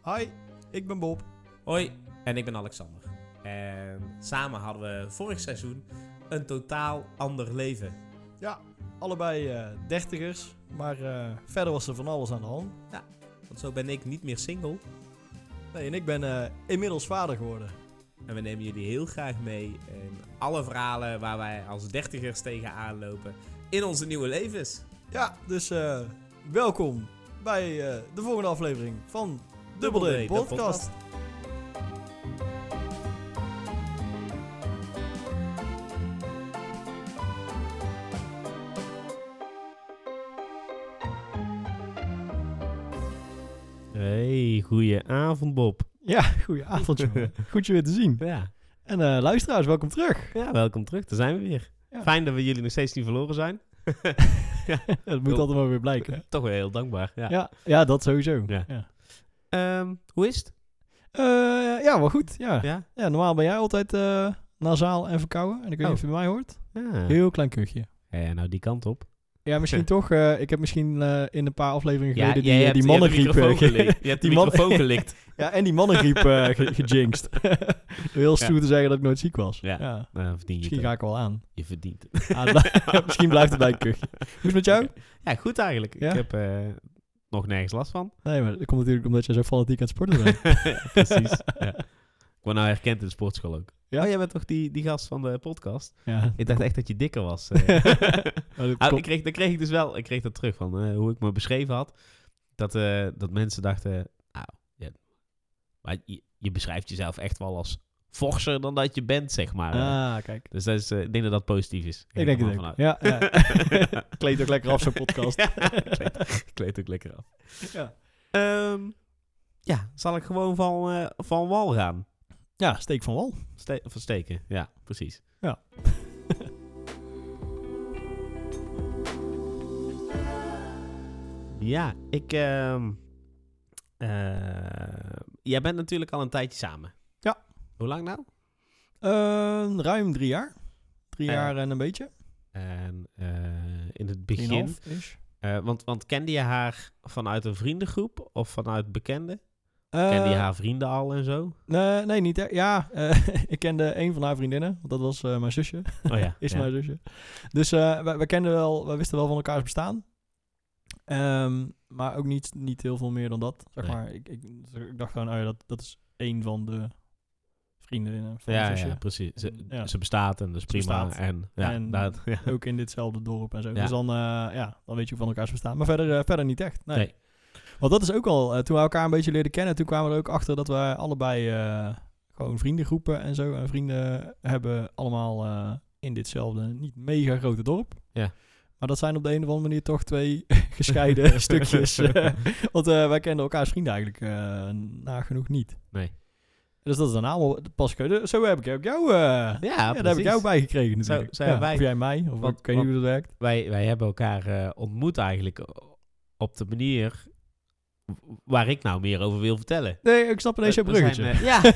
Hi, ik ben Bob. Hoi, en ik ben Alexander. En samen hadden we vorig seizoen een totaal ander leven. Ja, allebei dertigers, maar verder was er van alles aan de hand. Want zo ben ik niet meer single. Nee, en ik ben inmiddels vader geworden. En we nemen jullie heel graag mee in alle verhalen waar wij als dertigers tegenaan lopen in onze nieuwe levens. Ja, dus welkom bij de volgende aflevering van Double D de Podcast. Hey, goeie avond Bob. Ja, goeie avond jongen. Goed je weer te zien. Ja. En luisteraars, welkom terug. Ja, welkom terug. Daar zijn we weer. Ja. Fijn dat we jullie nog steeds niet verloren zijn. Dat moet altijd maar weer blijken. Toch weer heel dankbaar. Ja. Ja, dat sowieso. Ja. Ja. Hoe is het? Ja, wel goed. Ja. Ja? Ja, normaal ben jij altijd nasaal en verkouden. En ik weet niet of je bij mij hoort. Ja. Heel klein kuchje. Ja, nou die kant op. Ja, misschien toch. Ik heb misschien in een paar afleveringen geleden jij hebt- die je hebt de mannengriep... microfoon gelikt. Je hebt de die man- microfoon gelikt. ja, en die mannengriep gejinxed. Heel stoer te zeggen dat ik nooit ziek was. Ja. Ja. Nou, verdien je Misschien het ga ook. ik wel aan. Je verdient het. Misschien blijft het bij een kuchje. Hoe is het met jou? Ja, goed eigenlijk. Ja? Ik heb nog nergens last van. Nee, maar dat komt natuurlijk omdat jij zo fanatiek aan het sporten bent. Ja, precies. Ja. Ik word nou herkend in de sportschool ook. Ja? Oh, jij bent toch die gast van de podcast? Ja. Ik dacht echt dat je dikker was. Maar dat komt- Ik kreeg dat terug van hoe ik me beschreven had. Dat mensen dachten, nou, ja, maar je beschrijft jezelf echt wel als forser dan dat je bent, zeg maar. Ah, kijk. Dus dat is, ik denk dat dat positief is. Ik denk het er ook. Ja, ja. Kleed ook lekker af zo'n podcast. Ja, kleed ook lekker af. Ja. Ja, zal ik gewoon van wal gaan? Ja, steek van wal. Of steken, ja, precies. Ja. Ja, jij bent natuurlijk al een tijdje samen. Ja. Hoe lang nou? Ruim 3 jaar. 3 Ja. jaar en een beetje. En in het begin... 3,5-ish. Want kende je haar vanuit een vriendengroep of vanuit bekenden? Kende je haar vrienden al en zo? Nee, niet. Hè. Ja, ik kende een van haar vriendinnen. Want dat was mijn zusje. Oh ja. Is ja. mijn zusje. Dus we wisten wel van elkaars bestaan. Maar ook niet heel veel meer dan dat. Zeg Nee. maar. Ik dacht gewoon, oh ja, dat is één van de vriendinnen van mijn Ja, zusje. ja, precies. Ja. Ze bestaat en dat is Ze prima. bestaat. En, ja, En dat, ja. Ook in ditzelfde dorp en zo. Ja. Dus dan weet je ook van elkaars bestaan. Maar verder niet echt. Nee. Nee. Want dat is ook al, toen we elkaar een beetje leerden kennen, toen kwamen we er ook achter dat we allebei gewoon vriendengroepen en zo. En vrienden hebben allemaal in ditzelfde niet mega grote dorp. Ja. Maar dat zijn op de een of andere manier toch twee gescheiden stukjes. Want wij kenden elkaars vrienden eigenlijk nagenoeg niet. Nee. Dus dat is dan allemaal pas gekomen. Zo heb ik ook jou, Ja, daar heb ik jou bij gekregen natuurlijk. Zo hebben wij- Of jij mij, of Want- ik weet niet hoe dat werkt. Wij hebben elkaar ontmoet eigenlijk op de manier waar ik nou meer over wil vertellen. Nee, ik snap ineens jouw We bruggetje. zijn, ja.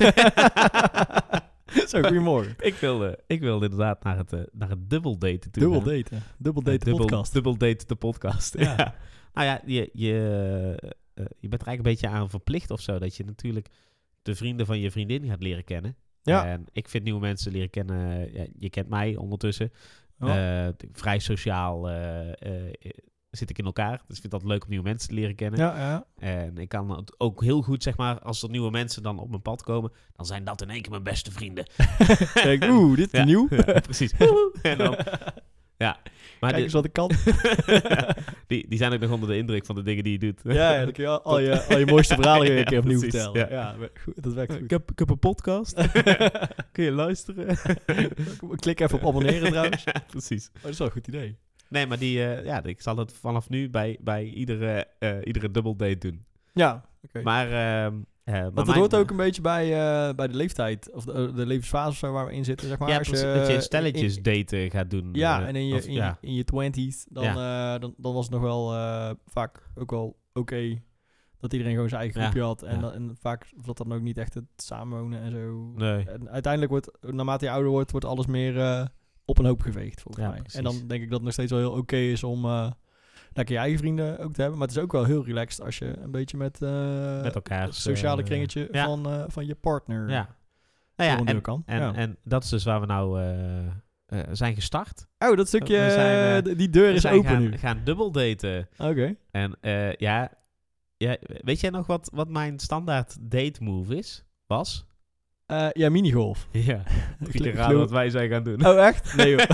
Zo, goedemorgen. Ik wilde inderdaad naar het dubbeldaten toe. Dubbel gaan. daten. Dubbel daten podcast. Dubbeldate de podcast. Ja. Ja. Nou ja, je bent er eigenlijk een beetje aan verplicht of zo. Dat je natuurlijk de vrienden van je vriendin gaat leren kennen. Ja. En ik vind nieuwe mensen leren kennen. Ja, je kent mij ondertussen. Ja. Vrij sociaal zit ik in elkaar. Dus ik vind dat leuk om nieuwe mensen te leren kennen. Ja. En ik kan het ook heel goed, zeg maar, als er nieuwe mensen dan op mijn pad komen, dan zijn dat in één keer mijn beste vrienden. Kijk, dit is Ja. nieuw. Ja, precies. En dan, ja. Maar Kijk eens wat ik kan. die zijn ook nog onder de indruk van de dingen die je doet. Ja, dan kun je al je mooiste verhalen weer een keer opnieuw precies, vertellen. ja. Ja, goed, dat werkt goed. Ik heb een podcast. Kun je luisteren? Klik even op abonneren trouwens. Ja, precies. Oh, dat is wel een goed idee. Nee, maar ik zal het vanaf nu bij iedere dubbeldate doen. Ja, oké. Maar Want het hoort ook een beetje bij de leeftijd, of de levensfase of zo waar we in zitten, zeg maar. Ja, Als precies, dat je stelletjes daten gaat doen. Ja, en of- ja. in je 20's, dan was het nog wel vaak ook wel oké dat iedereen gewoon zijn eigen Ja, groepje had. En, ja. en vaak was dat dan ook niet echt het samenwonen en zo. Nee. En uiteindelijk naarmate je ouder wordt alles meer op een hoop geveegd, volgens Ja, mij. precies. En dan denk ik dat het nog steeds wel heel oké is om lekker je eigen vrienden ook te hebben. Maar het is ook wel heel relaxed als je een beetje met elkaar. het sociale kringetje van je partner Ja. Nou ja, kan. En dat is dus waar we nou zijn gestart. Oh, dat stukje, We zijn, die deur is open nu. We gaan dubbel daten. Oké. En weet jij nog wat mijn standaard date move was? Minigolf. Ja, ik raden wat wij zijn gaan doen. Oh, echt? Nee, joh.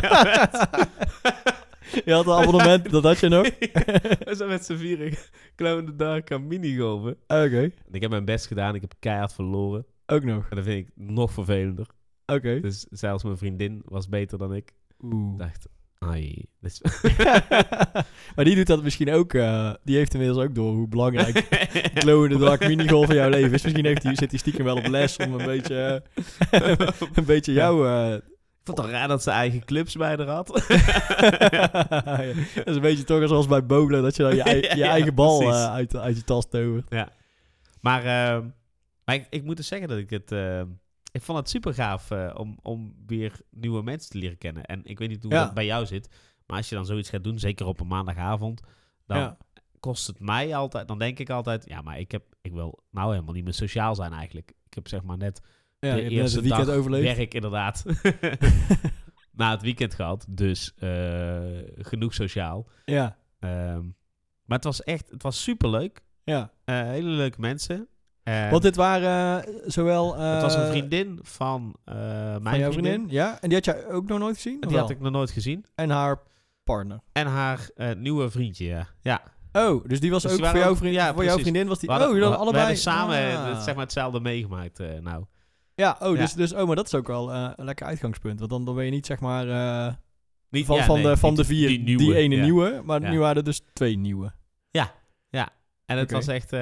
Je had een abonnement, dat had je nog? We zijn met z'n vieren Glow in the Dark aan minigolven. Oké. En ik heb mijn best gedaan, ik heb keihard verloren. Ook nog? En dat vind ik nog vervelender. Oké. Dus zelfs mijn vriendin was beter dan ik. Oeh. Ik dacht, ai. Maar die doet dat misschien ook, die heeft inmiddels ook door hoe belangrijk Glow in the Dark minigolf in jouw leven is. Misschien zit hij stiekem wel op les om een beetje jou... Ik vond het al raar dat ze eigen clips bij haar had. Ja, dat is een beetje toch zoals bij bowlen, dat je dan je eigen bal uit je tas tovert. Ja. Maar ik moet dus zeggen dat ik het... ik vond het super gaaf om weer nieuwe mensen te leren kennen. En ik weet niet hoe dat bij jou zit. Maar als je dan zoiets gaat doen, zeker op een maandagavond... dan kost het mij altijd... Dan denk ik altijd... Ja, maar ik wil nou helemaal niet meer sociaal zijn eigenlijk. Ik heb zeg maar net... de eerste het weekend dag overleefd. werk inderdaad na het weekend gehad. Dus genoeg sociaal. Ja. Maar het was superleuk. Ja. Hele leuke mensen. Want dit waren zowel... het was een vriendin van mijn van jouw vriendin. Ja. En die had jij ook nog nooit gezien? Die had ik nog nooit gezien. En haar partner. En haar nieuwe vriendje, ja. Oh, dus die was Dus ook die voor jouw ook, vriendin? ja, voor jouw vriendin was die... jullie allebei... We hebben samen zeg maar hetzelfde meegemaakt nou. Ja, dus maar dat is ook wel een lekker uitgangspunt. Want dan ben je niet zeg maar Niet, van de vier die ene nieuwe, maar nu waren er dus 2 nieuwe. Ja. En het was echt...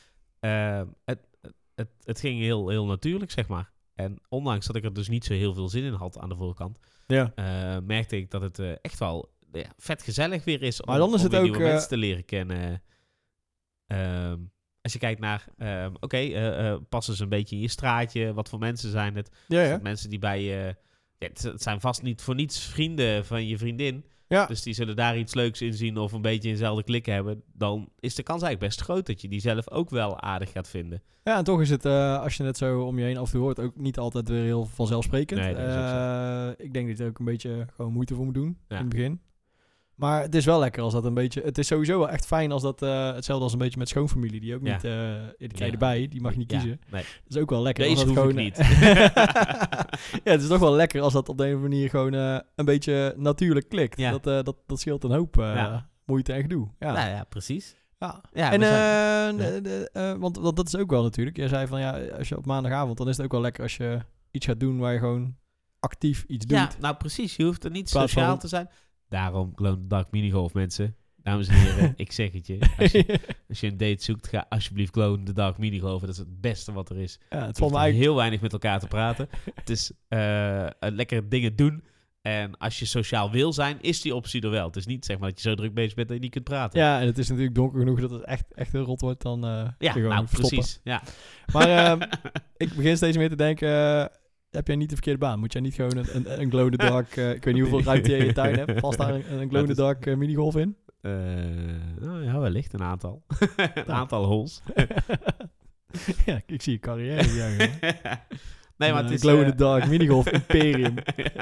Het ging heel, heel natuurlijk, zeg maar. En ondanks dat ik er dus niet zo heel veel zin in had aan de voorkant... merkte ik dat het echt wel vet gezellig weer is maar dan is het ook, nieuwe mensen te leren kennen. Als je kijkt naar... passen ze een beetje in je straatje? Wat voor mensen zijn het? Mensen die bij je... het zijn vast niet voor niets vrienden van je vriendin. Ja. Dus die zullen daar iets leuks in zien of een beetje in dezelfde klik hebben. Dan is de kans eigenlijk best groot dat je die zelf ook wel aardig gaat vinden. Ja, en toch is het, als je het zo om je heen af en toe hoort, ook niet altijd weer heel vanzelfsprekend. Nee, dat is ook zo. Ik denk dat je er ook een beetje gewoon moeite voor moet doen in het begin. Maar het is wel lekker als dat een beetje... Het is sowieso wel echt fijn als dat... hetzelfde als een beetje met schoonfamilie. Die ook niet... die krijg je erbij. Die mag je niet kiezen. Nee. Dat is ook wel lekker. Deze als dat hoef gewoon, ik niet. Ja, het is toch wel lekker als dat op de een of andere manier gewoon een beetje natuurlijk klikt. Ja. Dat scheelt een hoop moeite en gedoe. Ja, nou ja, precies. Ja. Ja, en want dat is ook wel natuurlijk. Jij zei van als je op maandagavond, dan is het ook wel lekker als je iets gaat doen waar je gewoon actief iets doet. Ja, nou precies. Je hoeft er niet sociaal te zijn. Daarom Glow in the Dark minigolf, mensen. Dames en heren, ik zeg het je. Als je een date zoekt, ga alsjeblieft Glow in the Dark minigolfen. Dat is het beste wat er is. Ja, het valt mij heel weinig met elkaar te praten. Het is lekker dingen doen. En als je sociaal wil zijn, is die optie er wel. Het is niet zeg maar dat je zo druk bezig bent dat je niet kunt praten. Ja, en het is natuurlijk donker genoeg dat het echt heel rot wordt. Dan precies. Ja. Maar ik begin steeds meer te denken... heb jij niet de verkeerde baan? Moet jij niet gewoon een glow in the dark... ik weet niet hoeveel ruimte je in je tuin hebt. Past daar een glow in the dark minigolf in? Wellicht een aantal. Een aantal holes. Ja, ik zie je carrière hier. Nee, maar het is... glow in the dark minigolf imperium.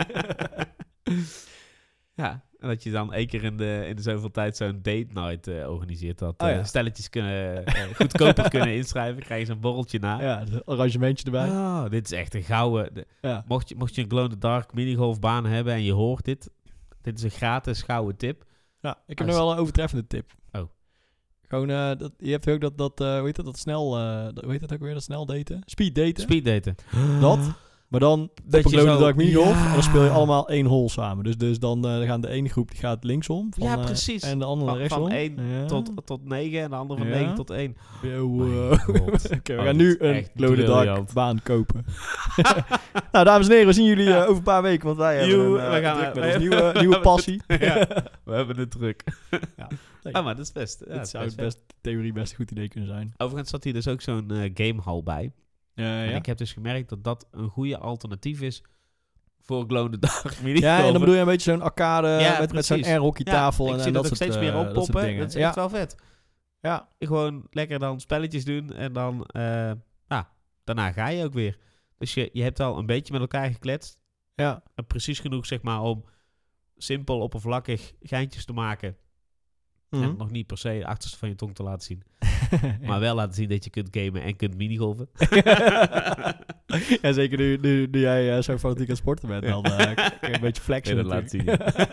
Ja, en dat je dan 1 keer in de zoveel tijd zo'n date night organiseert. Dat stelletjes kunnen goedkoper kunnen inschrijven. Krijg je zo'n borreltje na. Ja, een arrangementje erbij. Oh, dit is echt een gouden... Mocht je een glow in the dark minigolfbaan hebben en je hoort dit... Dit is een gratis gouden tip. Ja, ik heb nog wel een overtreffende tip. Oh. Gewoon, je hebt ook hoe heet dat snel... hoe heet dat ook weer, dat snel daten? Speed daten. Speed daten. Dat... Maar dan op een glow in the dark minigolf. En dan speel je allemaal 1 hole samen. Dus dan gaan de ene groep die gaat linksom. Precies. En de andere rechtsom. Van 1 tot 9 en de andere van 9 tot 1. Oké, we gaan nu een glow in the dark baan kopen. Nou, dames en heren, we zien jullie over een paar weken. Want wij hebben met ons nieuwe passie. We hebben het druk. Maar dat is best. Het zou theorie best een goed idee kunnen zijn. Overigens zat hier dus ook zo'n gamehall bij. En ik heb dus gemerkt dat een goede alternatief is voor Glow in the Dark mini. Ja, en dan bedoel je een beetje zo'n arcade Ja, met zo'n precies. airhockeytafel ik en zie dat dat ook soort steeds meer dat soort oppoppen. dingen. Dat is echt wel vet. Ja. Gewoon lekker dan spelletjes doen en dan... daarna ga je ook weer. Dus je hebt al een beetje met elkaar gekletst. Ja. En precies genoeg, zeg maar, om simpel, oppervlakkig geintjes te maken. En nog niet per se de achterste van je tong te laten zien. Maar wel laten zien dat je kunt gamen en kunt minigolven. Ja, zeker nu jij zo fanatiek aan het sporten bent. Dan kun je een beetje flexen. Dat laat zien.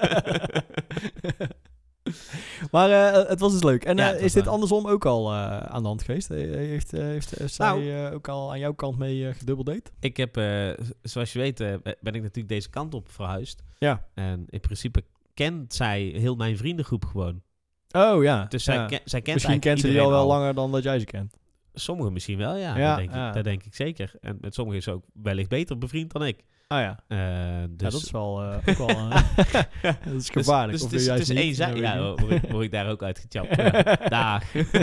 Maar het was dus leuk. En is dit leuk. andersom ook al aan de hand geweest? Heeft zij ook al aan jouw kant mee gedubbeldate? Ik heb, zoals je weet, ben ik natuurlijk deze kant op verhuisd. Ja. En in principe kent zij heel mijn vriendengroep gewoon. Oh ja. Dus ja. zij kent Misschien kent ze die al wel langer dan dat jij ze kent. Sommigen misschien wel, ja. Ja, Dat denk ik zeker. En met sommigen is ze ook wellicht beter bevriend dan ik. Ah ja. Dus... Ja, dat is wel ook wel... dat is gevaarlijk. Dus het is eenzijdig. Ja, word ik daar ook uitgechapt. Daag.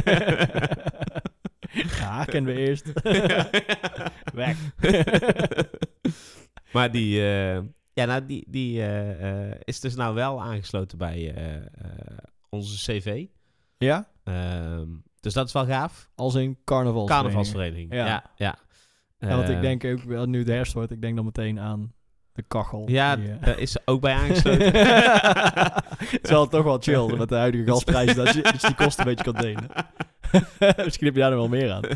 Ja, kennen we eerst. Weg. Maar die is dus nou wel aangesloten bij onze CV. Ja? Dus dat is wel gaaf. Als in carnavalsvereniging. Carnavalsvereniging, ja. Want ik denk ook, wel, nu het herfst wordt, ik denk dan meteen aan de kachel. Ja, daar is ze ook bij aangesloten. Het is wel toch wel chill met de huidige gasprijzen, dat je die kosten een beetje kan delen. Misschien heb je daar nog wel meer aan.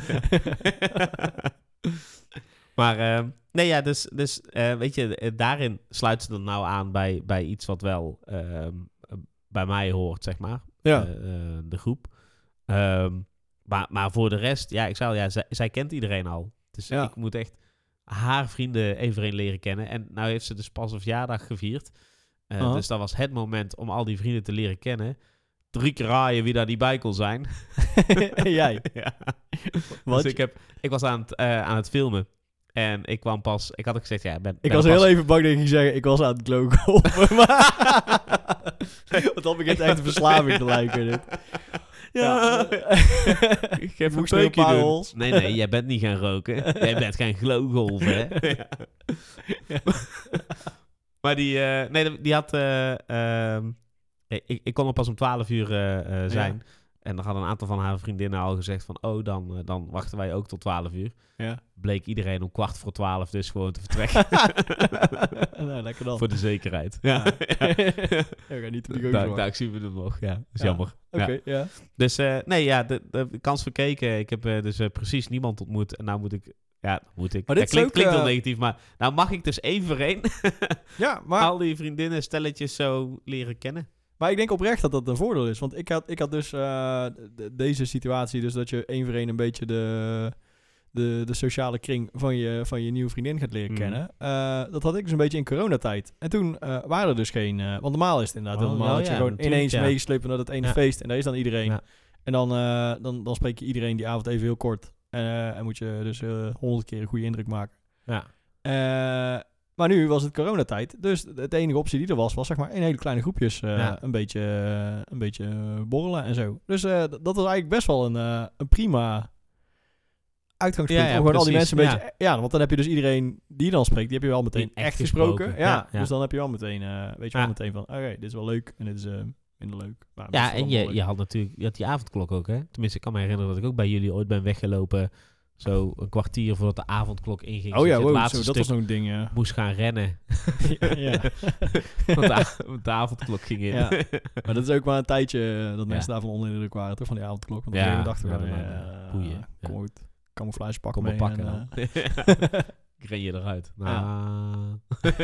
Maar dus weet je, daarin sluit ze dan nou aan bij iets wat wel bij mij hoort, zeg maar. Ja. De groep. Maar voor de rest, ja, ik zei al, ja, zij kent iedereen al. Dus ik moet echt haar vrienden even een leren kennen. En nou heeft ze dus pas een verjaardag gevierd. Dus dat was het moment om al die vrienden te leren kennen. 3 keer raaien wie daar niet bij kon zijn. Jij? Ja. Dus ik was aan het filmen. En ik kwam pas... Ik had ook gezegd, ja... Ik was heel even bang dat ik ging zeggen... Ik was aan het glowgolven. Want dan begint echt een verslaving te lijken. Dit. Ja. Ik heb een peukje doen. Nee, jij bent niet gaan roken. Jij bent gaan glowgolven, hè? Ja. Maar die had... Ik kon er pas om 12 uur zijn. Ja. En dan hadden een aantal van haar vriendinnen al gezegd van... Oh, dan wachten wij ook tot 12 uur. Ja. Bleek iedereen om 11:15 dus gewoon te vertrekken. Nou, lekker dan. Voor de zekerheid. Ja. Ja, niet op die daar zien we hem nog. Ja, dat is jammer. Oké, ja. Dus de kans verkeken. Ik heb dus precies niemand ontmoet. En nou moet ik... Ja, moet ik. Maar dit klinkt wel negatief, maar nou mag ik dus één voor één al die vriendinnen, stelletjes zo leren kennen. Maar ik denk oprecht dat dat een voordeel is. Want ik had dus deze situatie, dus dat je één voor één een beetje de sociale kring van je nieuwe vriendin gaat leren kennen. Dat had ik dus een beetje in coronatijd. En toen waren er dus geen... want normaal is het inderdaad heel normaal dat je gewoon ineens meegeslepen naar dat ene feest. En daar is dan iedereen. Ja. En dan spreek je iedereen die avond even heel kort. En moet je dus 100 keer een goede indruk maken. Ja. Maar nu was het coronatijd. Dus de enige optie die er was zeg maar in hele kleine groepjes een beetje borrelen en zo. Dus dat was eigenlijk best wel een prima uitgangspunt. Om gewoon al die mensen een beetje... Ja, want dan heb je dus iedereen die dan spreekt, die heb je wel meteen echt gesproken. Ja. Dus dan heb je wel meteen, weet je wel meteen van... Oké, dit is wel leuk en dit is minder leuk. Maar ja, en je had natuurlijk die avondklok ook, hè? Tenminste, ik kan me herinneren dat ik ook bij jullie ooit ben weggelopen... Zo een kwartier voordat de avondklok inging. Oh ja, wow, dat was zo'n ding, ja. Moest gaan rennen. Ja. Want de avondklok ging in. Ja. Maar dat is ook maar een tijdje dat mensen daarvan onder de indruk waren, toch, van die avondklok. Want dan dachten we, boeien. Kom goed, camouflage pakken mee. Pakken dan. Ik ren je eruit. Nou.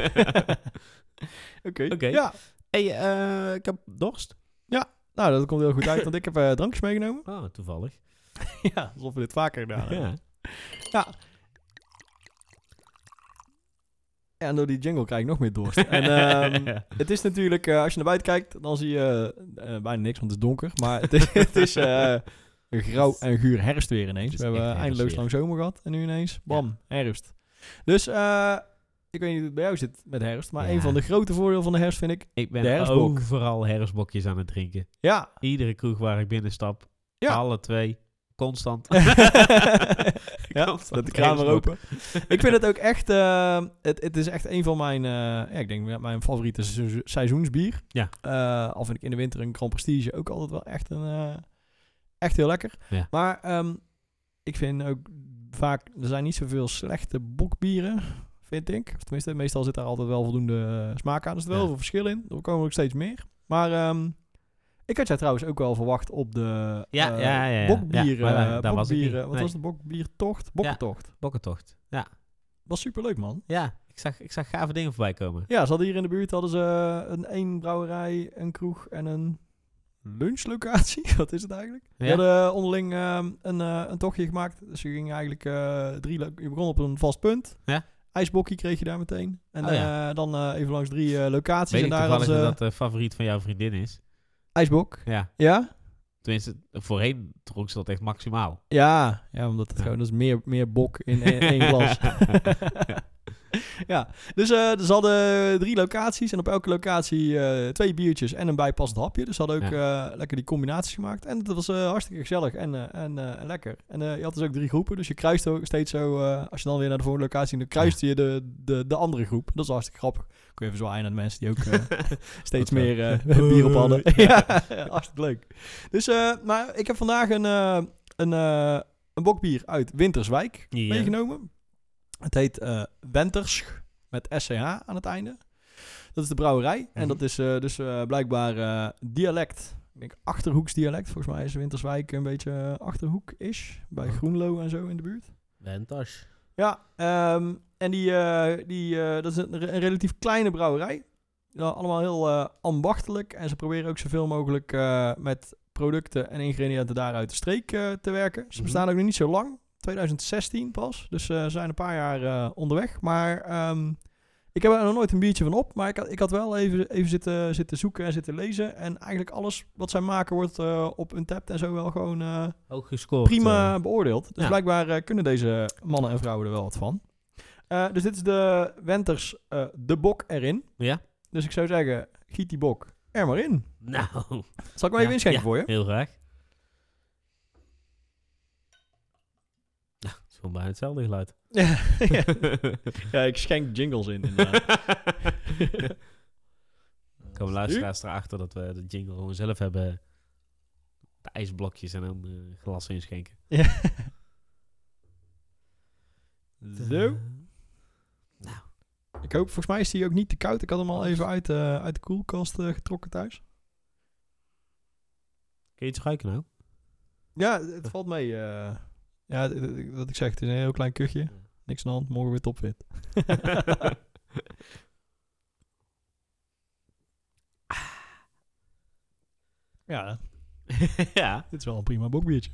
Oké. Ja. Hey, ik heb dorst. Ja, nou, dat komt heel goed uit, want ik heb drankjes meegenomen. Oh, toevallig. Ja, alsof we dit vaker gedaan hebben. Ja. En door die jingle krijg ik nog meer dorst. En het is natuurlijk, als je naar buiten kijkt, dan zie je bijna niks, want het is donker. Maar het is grauw en guur herfst weer ineens. We hebben eindeloos lang zomer gehad en nu ineens, bam, herfst. Dus ik weet niet hoe het bij jou zit met herfst, maar een van de grote voordelen van de herfst vind ik ben de herfstbok. Overal herfstbokjes aan het drinken. Ja. Iedere kroeg waar ik binnenstap, alle 2... Constant. Ja, zet de kraan maar open. Ik vind het ook echt... Het is echt een van mijn... ik denk mijn favoriete seizoensbier. Ja. Al vind ik in de winter een Grand Prestige ook altijd wel echt heel lekker. Ja. Maar ik vind ook vaak... Er zijn niet zoveel slechte bokbieren, vind ik. Of tenminste, meestal zit daar altijd wel voldoende smaak aan. Er zit wel veel verschil in. Er komen ook steeds meer. Maar... ik had jij trouwens ook wel verwacht op de bokbieren. Daar was ik niet. Wat was de bokbiertocht? Bokkentocht. Bokkentocht. Ja. Was superleuk, man. Ja, ik zag gave dingen voorbij komen. Ja, ze hadden hier in de buurt een brouwerij, een kroeg en een lunchlocatie. Wat is het eigenlijk? Ja. Die hadden onderling een tochtje gemaakt. Dus je ging eigenlijk je begon op een vast punt. Ja. IJsbokkie kreeg je daar meteen. En dan even langs 3 locaties. Weet en ik daar toevallig dat de favoriet van jouw vriendin is? IJsbok. Ja. Ja? Tenminste, voorheen dronk ze dat echt maximaal. Ja, omdat het gewoon... Dat is meer bok in één glas. Ja, dus ze hadden 3 locaties. En op elke locatie 2 biertjes en een bijpassend hapje. Dus ze hadden ook lekker die combinaties gemaakt. En dat was hartstikke gezellig en lekker. En je had dus ook 3 groepen. Dus je kruiste ook steeds zo... als je dan weer naar de volgende locatie ging, dan kruiste je de andere groep. Dat is hartstikke grappig. Kun je even zwaaien naar de mensen die ook steeds meer bier op hadden. Ja, hartstikke leuk. Dus, maar ik heb vandaag een bokbier uit Winterswijk meegenomen. Het heet Wenters met SCH aan het einde. Dat is de brouwerij. Mm-hmm. En dat is dus blijkbaar dialect. Ik denk Achterhoeks dialect. Volgens mij is Winterswijk een beetje Achterhoek-ish. Bij Groenlo en zo in de buurt. Wenters. Ja, en dat is een relatief kleine brouwerij. Ja, allemaal heel ambachtelijk. En ze proberen ook zoveel mogelijk met producten en ingrediënten daar uit de streek te werken. Ze bestaan ook nog niet zo lang. 2016 pas. Dus ze zijn een paar jaar onderweg. Maar ik heb er nog nooit een biertje van op. Maar ik had wel even zitten zoeken en zitten lezen. En eigenlijk alles wat zij maken wordt op Untappd en zo wel gewoon hoog gescoord, prima beoordeeld. Dus blijkbaar kunnen deze mannen en vrouwen er wel wat van. Dus dit is de Wenters de bok erin. Ja. Dus ik zou zeggen, giet die bok er maar in. Nou. Zal ik maar even inschenken voor je? Heel graag. Gewoon bijna hetzelfde geluid. Ja, ik schenk jingles in. Inderdaad. Komen luisteraars erachter dat we de jingle gewoon zelf hebben. De ijsblokjes en dan glas inschenken. Ja. Zo. Nou. Ik hoop, volgens mij is die ook niet te koud. Ik had hem al even uit de koelkast getrokken thuis. Kun je iets ruiken nou? Ja, het valt mee. Ja, wat ik zeg, het is een heel klein kuchje. Niks aan de hand, morgen weer topfit. Ja. Ja. Dit is wel een prima bokbiertje.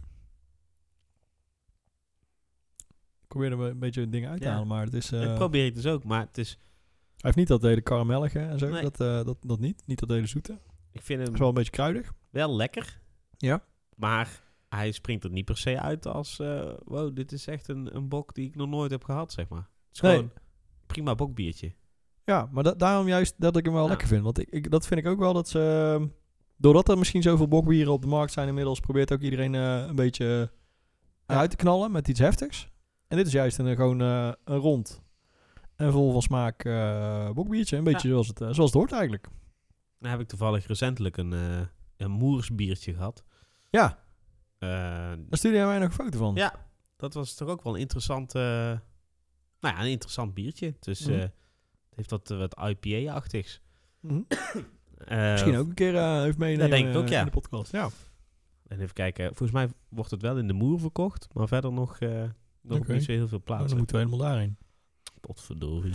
Ik probeer er een beetje dingen uit te halen, maar het is... dat probeer ik dus ook, maar het is... Hij heeft niet dat hele karamellige en zo, Nee. dat niet. Niet dat hele zoete. Ik vind hem... Het is wel een beetje kruidig. Wel lekker. Ja. Maar hij springt er niet per se uit als... wow, dit is echt een bok die ik nog nooit heb gehad, zeg maar. Het is gewoon prima bokbiertje. Ja, maar daarom juist dat ik hem wel lekker vind. Want dat vind ik ook wel dat ze... doordat er misschien zoveel bokbieren op de markt zijn inmiddels... probeert ook iedereen een beetje uit te knallen met iets heftigs. En dit is juist gewoon een rond en vol van smaak bokbiertje. Een beetje zoals het hoort eigenlijk. Dan heb ik toevallig recentelijk een Moers biertje gehad. Ja. Daar stuurde jij mij nog een foto van. Ja, dat was toch ook wel een interessant... een interessant biertje. Dus het heeft wat IPA-achtigs. Mm-hmm. Misschien ook een keer even meenemen denk ik ook, in de podcast. Ja. En even kijken. Volgens mij wordt het wel in de Moer verkocht. Maar verder nog niet zo heel veel plaats. Dan moeten we helemaal daarheen. Potverdorie.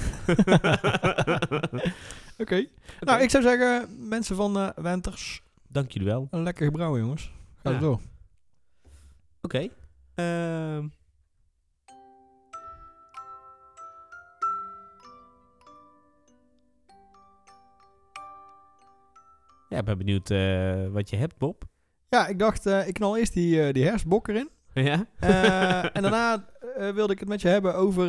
Oké. Nou, ik zou zeggen, mensen van Wenters. Dank jullie wel. Een lekker gebrouwen, jongens. Ga door. Oké. Ja, ik ben benieuwd wat je hebt, Bob. Ja, ik dacht, ik knal eerst die herfstbok erin. Ja? En daarna wilde ik het met je hebben over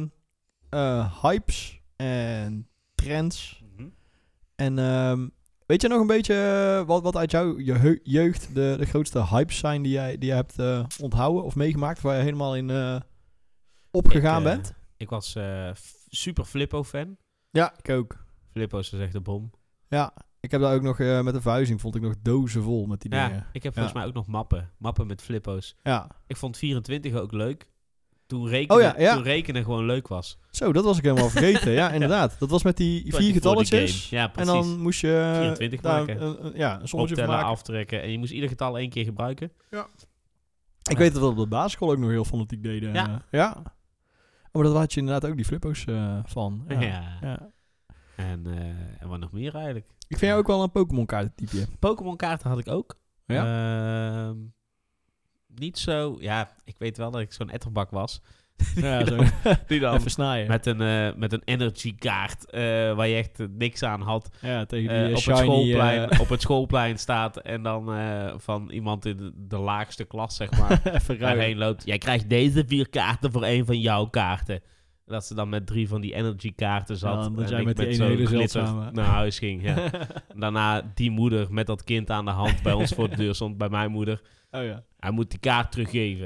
hypes en trends. Mm-hmm. En weet je nog een beetje wat uit jouw jeugd de grootste hypes zijn die je hebt onthouden of meegemaakt, waar je helemaal opgegaan bent? Ik was super Flippo-fan. Ja, ik ook. Flippo's is echt de bom. Ja, ik heb daar ook nog met de verhuizing vond ik nog dozen vol met die dingen. Ik heb volgens mij ook nog mappen met Flippo's. Ja. Ik vond 24 ook leuk. Toen rekenen gewoon leuk was. Zo, dat was ik helemaal vergeten. Ja, inderdaad. Dat was met die 4 getalletjes. Ja, precies. En dan moest je 24 maken. Een sommetje van maken. Aftrekken. En je moest ieder getal 1 keer gebruiken. Ja. Ik weet dat we op de basisschool ook nog heel fanatiek deden. Ja. Oh, maar dat had je inderdaad ook die Flippo's van. Ja. En wat nog meer eigenlijk? Ik vind jou ook wel een Pokémon kaartentype. Pokémon kaarten had ik ook. Ja? Niet zo... Ja, ik weet wel dat ik zo'n etterbak was. Ja, zo. Die dan even snijden. Met een energy kaart waar je echt niks aan had. Ja, tegen die op, shiny, op het schoolplein staat en dan van iemand in de laagste klas, zeg maar, daarheen loopt. Jij krijgt deze 4 kaarten voor 1 van jouw kaarten. Dat ze dan met 3 van die energy kaarten zat. Ja, dat en jij ik met die met ene hele zo'n zeld glitter samen naar huis ging. Ja. Daarna die moeder met dat kind aan de hand bij ons voor de deur stond, bij mijn moeder. Oh ja. Hij moet die kaart teruggeven.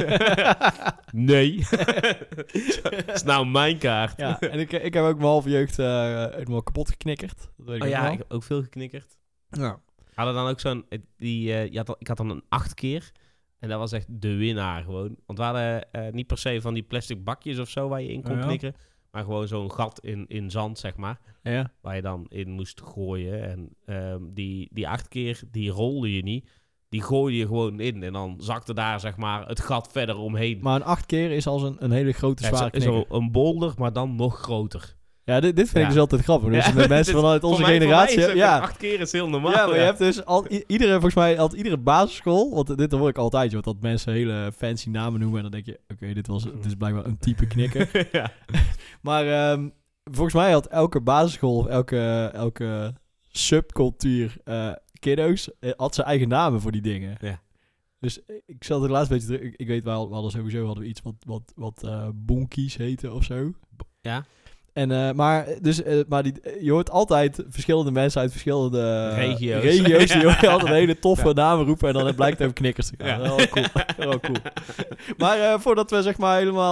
Nee. Het is nou mijn kaart. Ja, en ik heb ook mijn halve jeugd helemaal kapot geknikkerd. Dat weet ik ik heb ook veel geknikkerd. Ja. Hadden dan ook zo'n... ik had dan een 8 keer. En dat was echt de winnaar gewoon. Want we hadden niet per se van die plastic bakjes of zo waar je in kon knikken. Maar gewoon zo'n gat in zand, zeg maar. Ja. Waar je dan in moest gooien. En die 8 keer, die rolde je niet. Die gooide je gewoon in. En dan zakte daar, zeg maar, het gat verder omheen. Maar een 8 keer is als een hele grote zware knikker. Zo een boulder, maar dan nog groter. Ja, dit vind ik dus altijd grappig. Dus met mensen vanuit onze generatie... Voor mij 8 keer is heel normaal. Ja, maar je hebt dus volgens mij iedere basisschool... Want dit hoor ik altijd, joh, dat mensen hele fancy namen noemen. En dan denk je, oké, dit is blijkbaar een type knikker. Ja. Maar volgens mij had elke basisschool of elke subcultuur... kiddo's had zijn eigen namen voor die dingen. Ja. Dus ik zat er laatst een beetje terug. Ik weet wel, hadden we iets wat bonkies heette of zo. Ja. En maar je hoort altijd verschillende mensen uit verschillende regio's die hoor je altijd hele toffe namen roepen en dan blijkt het over knikkers te gaan. Ja. Wel cool. Maar voordat we zeg maar helemaal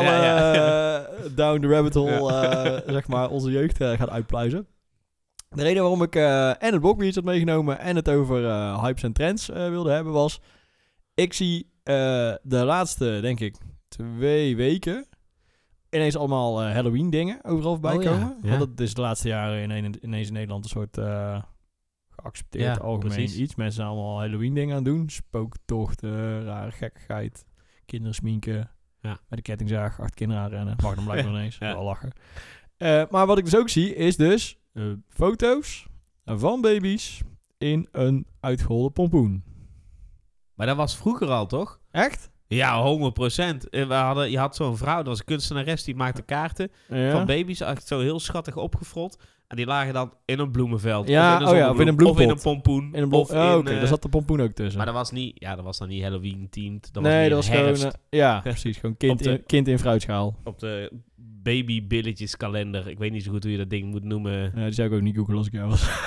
down the rabbit hole zeg maar onze jeugd gaan uitpluizen. De reden waarom ik en het blogbeats had meegenomen en het over hypes en trends wilde hebben was... Ik zie de laatste, denk ik, 2 weken ineens allemaal Halloween dingen overal voorbij komen. Ja. Want dat is de laatste jaren ineens in Nederland een soort geaccepteerd algemeen precies. iets. Mensen zijn allemaal Halloween dingen aan het doen. Spooktochten, rare gekkigheid, kinderen sminken, met de kettingzaag 8 kinderen aanrennen. Mag dan blijkbaar ineens, wel lachen. Maar wat ik dus ook zie is dus... foto's van baby's in een uitgeholde pompoen. Maar dat was vroeger al, toch? Echt? Ja, 100%. Je had zo'n vrouw, dat was een kunstenares, die maakte kaarten van baby's. Echt zo heel schattig opgefrot. En die lagen dan in een bloemenveld. Ja, of in een bloempot. Of in een pompoen. Oké, daar zat de pompoen ook tussen. Maar dat was dan niet Halloween-themed. Dat was gewoon... precies. Gewoon kind in fruitschaal. Op de babybilletjeskalender. Ik weet niet zo goed hoe je dat ding moet noemen. Ja, die zou ik ook niet googlen als ik jou was.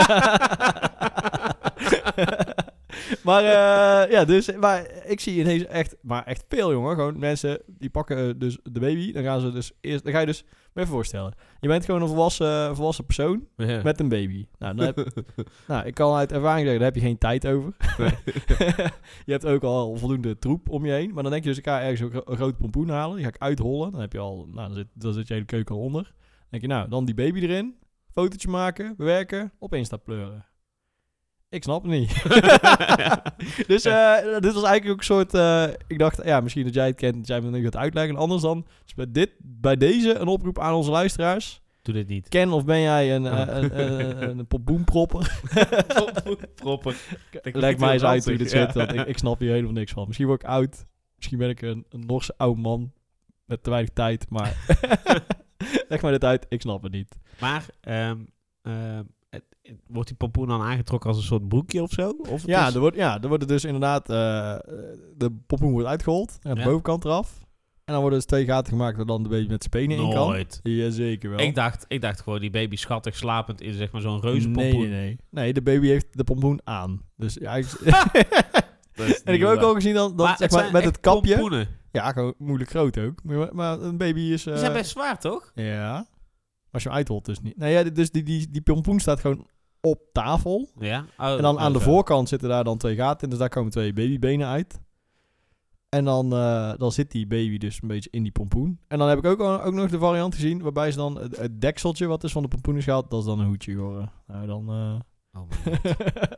Maar ik zie ineens echt veel, jongen. Gewoon mensen die pakken dus de baby. Dan ga je dus me even voorstellen. Je bent gewoon een volwassen persoon met een baby. Nou, ik kan uit ervaring zeggen, daar heb je geen tijd over. Nee. Je hebt ook al voldoende troep om je heen. Maar dan denk je dus, ik ga ergens een grote pompoen halen. Die ga ik uithollen. Dan heb je al, dan zit je hele keuken al onder. Dan denk je, dan die baby erin. Fotootje maken, bewerken, op Insta pleuren. Ik snap het niet. Dus dit was eigenlijk ook een soort... ik dacht, misschien dat jij het kent, dat jij me nu gaat uitleggen. En anders dan, dus bij deze een oproep aan onze luisteraars. Doe dit niet. Ken of ben jij een pompoenpropper? Pompoenpropper. Leg mij eens uit hoe dit zit, want ik snap hier helemaal niks van. Misschien word ik oud. Misschien ben ik een Norse oude man met te weinig tijd, maar... Leg mij dit uit, ik snap het niet. Maar... wordt die pompoen dan aangetrokken als een soort broekje of zo? Of er wordt dus inderdaad... de pompoen wordt uitgehold. En de bovenkant eraf. En dan worden dus 2 gaten gemaakt... waar dan de baby met zijn penen in kan. Nooit. Jazeker wel. Ik dacht gewoon die baby schattig slapend in zeg maar zo'n reuzenpompoen. Nee, de baby heeft de pompoen aan. Dus ja... En ik heb ook al gezien dat zeg maar, met het kapje... pompoenen. Ja, gewoon moeilijk groot ook. Maar een baby is... Die zijn best zwaar, toch? Ja. Als je hem uitholt dus niet. Nou ja, dus die pompoen staat gewoon op tafel. Ja. En dan aan de voorkant zitten daar dan 2 gaten in. Dus daar komen 2 babybenen uit. En dan zit die baby dus een beetje in die pompoen. En dan heb ik ook nog de variant gezien... waarbij ze dan het dekseltje wat is van de pompoen is gehaald... dat is dan een hoedje geworden. Nou, dan... Oh mijn god.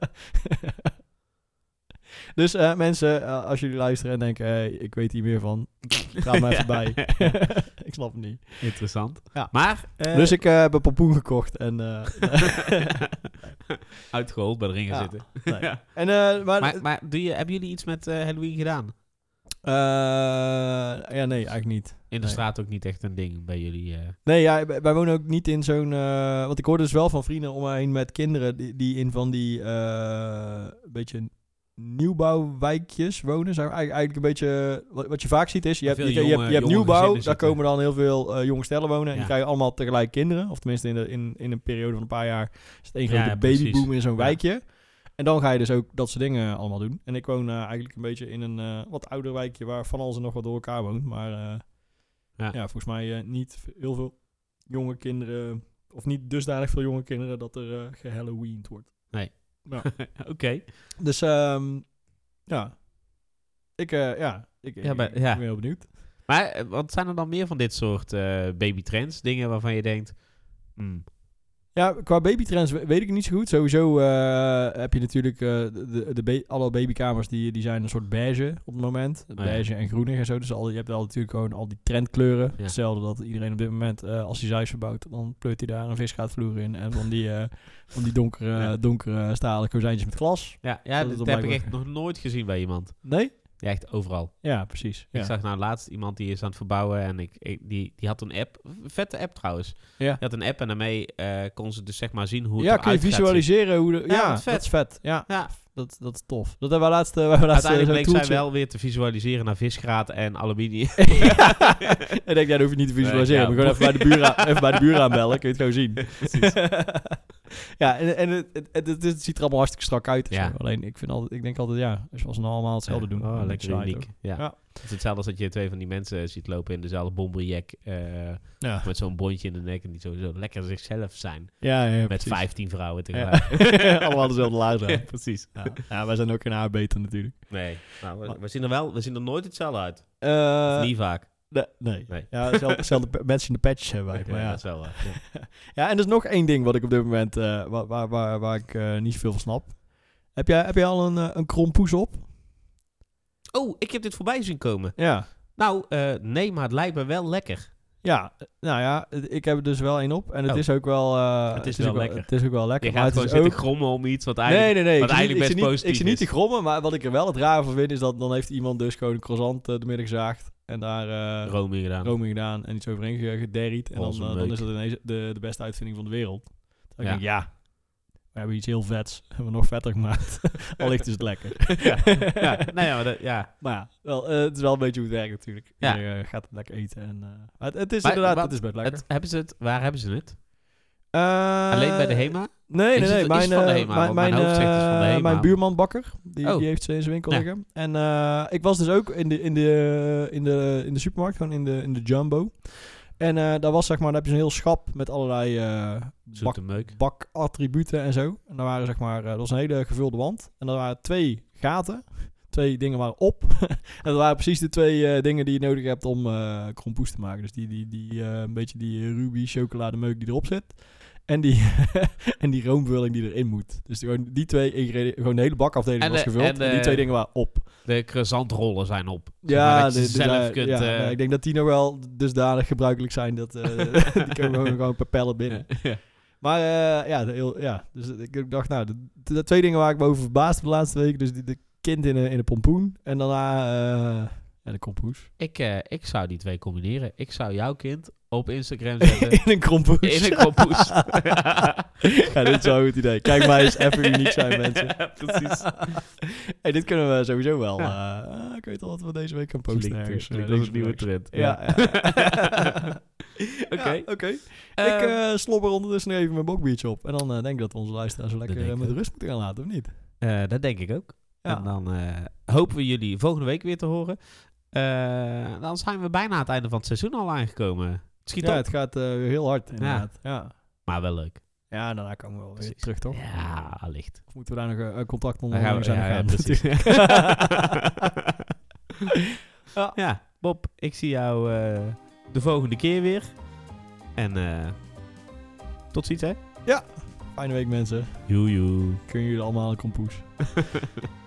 Dus mensen, als jullie luisteren en denken... Hey, ik weet hier meer van... Ga maar even bij. Ik snap het niet. Interessant. Ja. Maar... dus ik heb een pompoen gekocht en... Uitgehold bij de ring gaan zitten. Nee. Ja. En, maar hebben jullie iets met Halloween gedaan? ja, nee, eigenlijk niet. In de straat ook niet echt een ding bij jullie? Nee, ja, wij wonen ook niet in zo'n... want ik hoorde dus wel van vrienden om me heen met kinderen... die in van die beetje nieuwbouwwijkjes wonen. Zijn eigenlijk een beetje... Wat je vaak ziet is... Je hebt nieuwbouw, daar komen dan heel veel jonge stellen wonen... en die krijgen allemaal tegelijk kinderen. Of tenminste in een periode van een paar jaar... is het één grote babyboom in zo'n wijkje. En dan ga je dus ook dat soort dingen allemaal doen. En ik woon eigenlijk een beetje in een wat ouder wijkje... waar van alles en nog wat door elkaar woont. Maar volgens mij niet heel veel jonge kinderen... of niet dusdanig veel jonge kinderen... dat er gehalloweened wordt. Nee. Ja. Oké. Dus ik ben heel benieuwd. Maar wat zijn er dan meer van dit soort babytrends? Dingen waarvan je denkt... Ja, qua babytrends weet ik niet zo goed. Sowieso heb je natuurlijk alle babykamers die zijn een soort beige op het moment. Beige en groenig en zo. Dus je hebt wel natuurlijk gewoon al die trendkleuren. Ja. Hetzelfde dat iedereen op dit moment, als hij Zeus verbouwt, dan pleurt hij daar een visgraatvloer in. En van die donkere stalen kozijntjes met glas. Ja, dat heb ik echt nog nooit gezien bij iemand. Nee? Ja, echt overal. Ja, precies. Ik zag nou laatst iemand die is aan het verbouwen en die had een app. Vette app trouwens. Ja. Die had een app en daarmee kon ze dus zeg maar zien hoe het eruit gaat. Ja, kun je visualiseren hoe dat is vet. Ja. Dat is tof. Dat hebben we laatst uiteindelijk bleek zij wel weer te visualiseren naar visgraat en aluminium. Ik denk, dat hoef je niet te visualiseren. Maar gewoon even bij de buren aanbellen. Kun je het gewoon zien. Precies. Ja, en het ziet er allemaal hartstikke strak uit. Ja. Alleen, ik denk altijd, als we nou allemaal hetzelfde doen. Oh, lekker uniek. Ja. Het is hetzelfde als dat je 2 van die mensen ziet lopen in dezelfde bomberjack. Met zo'n bondje in de nek. En die sowieso lekker zichzelf zijn. Ja, met precies. 15 vrouwen tegelijk. Allemaal dezelfde laars aan. Precies. Ja, wij zijn ook geen haarbeter natuurlijk. Nee. Nou, we zien er nooit hetzelfde uit. Of niet vaak. Nee. Ja, hetzelfde mensen in de patches hebben wij. Maar dat is wel waar. Ja, en er is nog één ding wat ik op dit moment... waar ik niet zoveel van snap. Heb jij al een krompoes op? Oh, ik heb dit voorbij zien komen. Ja. Nou, nee, maar het lijkt me wel lekker. Ja, nou ja, ik heb er dus wel één op. En het is ook wel... het is wel lekker. Het is ook wel lekker. Je gaat gewoon zitten grommen om iets wat eigenlijk, nee. Wat eigenlijk best positief is. Ik zie niet te grommen, maar wat ik er wel het raar van vind... is dat dan heeft iemand dus gewoon een croissant de middag gezaagd. En daar room in gedaan. En iets overheen gederried. En dan is dat ineens de beste uitvinding van de wereld. Dan denk ik, we hebben iets heel vets. Hebben we nog vetter gemaakt. Allicht is het lekker. Maar wel, het is wel een beetje hoe het werkt natuurlijk. Ja. Je gaat het lekker eten. En, het is inderdaad, het is best lekker. Waar hebben ze het? Alleen bij de HEMA? Nee. Mijn hoofd zegt is van de HEMA. Mijn buurman Bakker, die heeft ze in zijn winkel liggen. En ik was dus ook in de supermarkt, gewoon in de Jumbo. En daar was zeg maar, daar heb je zo'n heel schap met allerlei bakattributen en zo. En daar waren zeg maar, dat was een hele gevulde wand. En er waren 2 gaten. 2 dingen waren op. En dat waren precies de 2 dingen die je nodig hebt om krompoes te maken. Dus die een beetje die ruby chocolademeuk die erop zit. En die roomvulling die erin moet. Dus gewoon die 2 ingrediënten, gewoon de hele bakafdeling was gevuld. En die 2 dingen waren op. De croissantrollen zijn op. Ja, ik denk dat die nog wel dusdanig gebruikelijk zijn. Dat die komen gewoon per pallet binnen. Ja. Maar dus ik dacht, nou, de 2 dingen waar ik me over verbaasd de laatste week. Dus de kind in een pompoen. En daarna de krompoes. Ik zou die 2 combineren. Ik zou jouw kind op Instagram zetten. In een krompoes. Ja, dit is wel een goed idee. Kijk maar eens even uniek zijn, mensen. Ja, precies. Hey, dit kunnen we sowieso wel. Ik weet al wat we deze week gaan posten. Dat is een nieuwe trend. Ja. Oké. Ik slobber ondertussen even mijn bokbiertje op. En dan denk ik dat we onze luisteraars zo lekker met rust moeten gaan laten, of niet? Dat denk ik ook. Ja. En dan hopen we jullie volgende week weer te horen. Dan zijn we bijna aan het einde van het seizoen al aangekomen. Het schiet op. Het gaat weer heel hard inderdaad. Ja. Maar wel leuk. Ja, en daarna komen we wel weer Precies. terug, toch? Ja, allicht. Of moeten we daar nog een contact Dan gaan ondernemen? we, Zijn precies. Ja. Ja, Bob, ik zie jou de volgende keer weer. En tot ziens, hè? Fijne week, mensen. Joe. Kunnen jullie allemaal een kompoes.